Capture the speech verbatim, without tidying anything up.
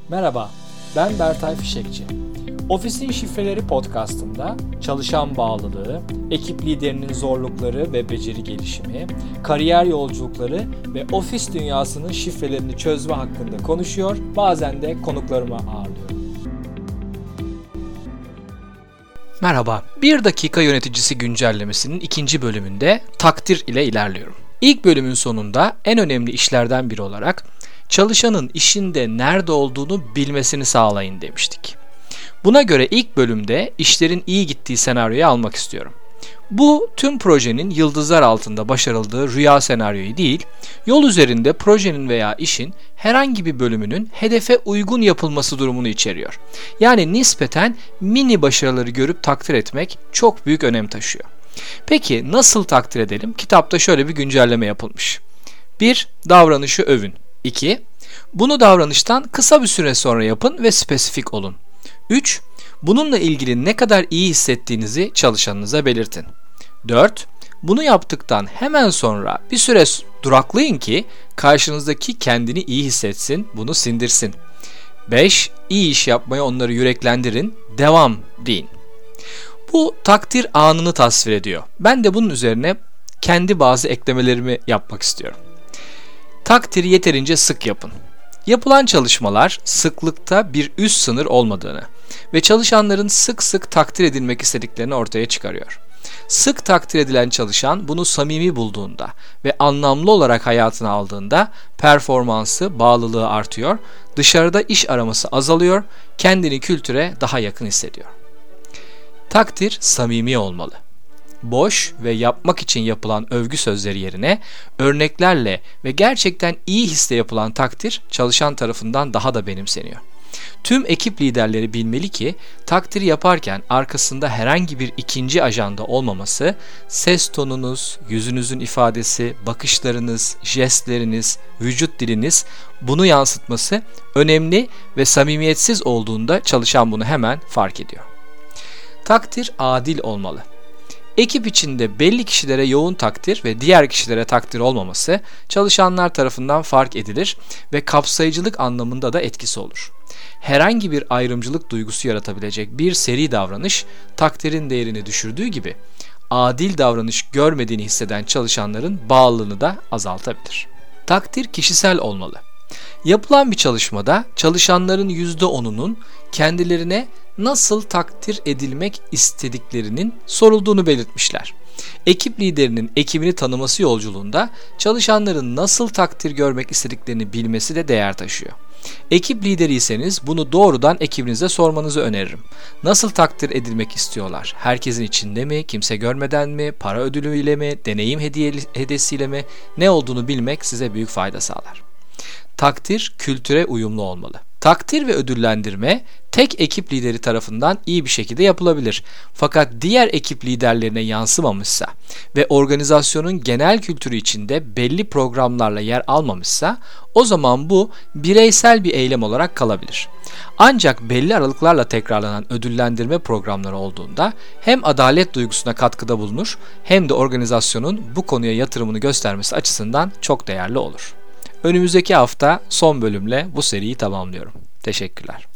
Merhaba, ben Bertay Fişekçi. Ofisin Şifreleri podcastında çalışan bağlılığı, ekip liderinin zorlukları ve beceri gelişimi, kariyer yolculukları ve ofis dünyasının şifrelerini çözme hakkında konuşuyor, bazen de konuklarımı ağırlıyorum. Merhaba, bir dakika yöneticisi güncellemesinin ikinci bölümünde takdir ile ilerliyorum. İlk bölümün sonunda en önemli işlerden biri olarak çalışanın işinde nerede olduğunu bilmesini sağlayın demiştik. Buna göre ilk bölümde işlerin iyi gittiği senaryoyu almak istiyorum. Bu tüm projenin yıldızlar altında başarıldığı rüya senaryoyu değil, yol üzerinde projenin veya işin herhangi bir bölümünün hedefe uygun yapılması durumunu içeriyor. Yani nispeten mini başarıları görüp takdir etmek çok büyük önem taşıyor. Peki nasıl takdir edelim? Kitapta şöyle bir güncelleme yapılmış. bir. Davranışı övün. iki. Bunu davranıştan kısa bir süre sonra yapın ve spesifik olun. üç. Bununla ilgili ne kadar iyi hissettiğinizi çalışanınıza belirtin. dört. Bunu yaptıktan hemen sonra bir süre duraklayın ki karşınızdaki kendini iyi hissetsin, bunu sindirsin. beş. İyi iş yapmaya onları yüreklendirin, devam deyin. Bu takdir anını tasvir ediyor. Ben de bunun üzerine kendi bazı eklemelerimi yapmak istiyorum. Takdiri yeterince sık yapın. Yapılan çalışmalar sıklıkta bir üst sınır olmadığını ve çalışanların sık sık takdir edilmek istediklerini ortaya çıkarıyor. Sık takdir edilen çalışan bunu samimi bulduğunda ve anlamlı olarak hayatına aldığında performansı, bağlılığı artıyor, dışarıda iş araması azalıyor, kendini kültüre daha yakın hissediyor. Takdir samimi olmalı. Boş ve yapmak için yapılan övgü sözleri yerine örneklerle ve gerçekten iyi hisle yapılan takdir çalışan tarafından daha da benimseniyor. Tüm ekip liderleri bilmeli ki takdiri yaparken arkasında herhangi bir ikinci ajanda olmaması, ses tonunuz, yüzünüzün ifadesi, bakışlarınız, jestleriniz, vücut diliniz bunu yansıtması önemli ve samimiyetsiz olduğunda çalışan bunu hemen fark ediyor. Takdir adil olmalı. Ekip içinde belli kişilere yoğun takdir ve diğer kişilere takdir olmaması çalışanlar tarafından fark edilir ve kapsayıcılık anlamında da etkisi olur. Herhangi bir ayrımcılık duygusu yaratabilecek bir seri davranış takdirin değerini düşürdüğü gibi adil davranış görmediğini hisseden çalışanların bağlılığını da azaltabilir. Takdir kişisel olmalı. Yapılan bir çalışmada çalışanların yüzde onunun kendilerine nasıl takdir edilmek istediklerinin sorulduğunu belirtmişler. Ekip liderinin ekibini tanıması yolculuğunda çalışanların nasıl takdir görmek istediklerini bilmesi de değer taşıyor. Ekip lideriyseniz bunu doğrudan ekibinize sormanızı öneririm. Nasıl takdir edilmek istiyorlar? Herkesin içinde mi, kimse görmeden mi, para ödülüyle mi, deneyim hediye hediyesiyle mi? Ne olduğunu bilmek size büyük fayda sağlar. Takdir kültüre uyumlu olmalı. Takdir ve ödüllendirme tek ekip lideri tarafından iyi bir şekilde yapılabilir. Fakat diğer ekip liderlerine yansımamışsa ve organizasyonun genel kültürü içinde belli programlarla yer almamışsa o zaman bu bireysel bir eylem olarak kalabilir. Ancak belli aralıklarla tekrarlanan ödüllendirme programları olduğunda hem adalet duygusuna katkıda bulunur hem de organizasyonun bu konuya yatırımını göstermesi açısından çok değerli olur. Önümüzdeki hafta son bölümle bu seriyi tamamlıyorum. Teşekkürler.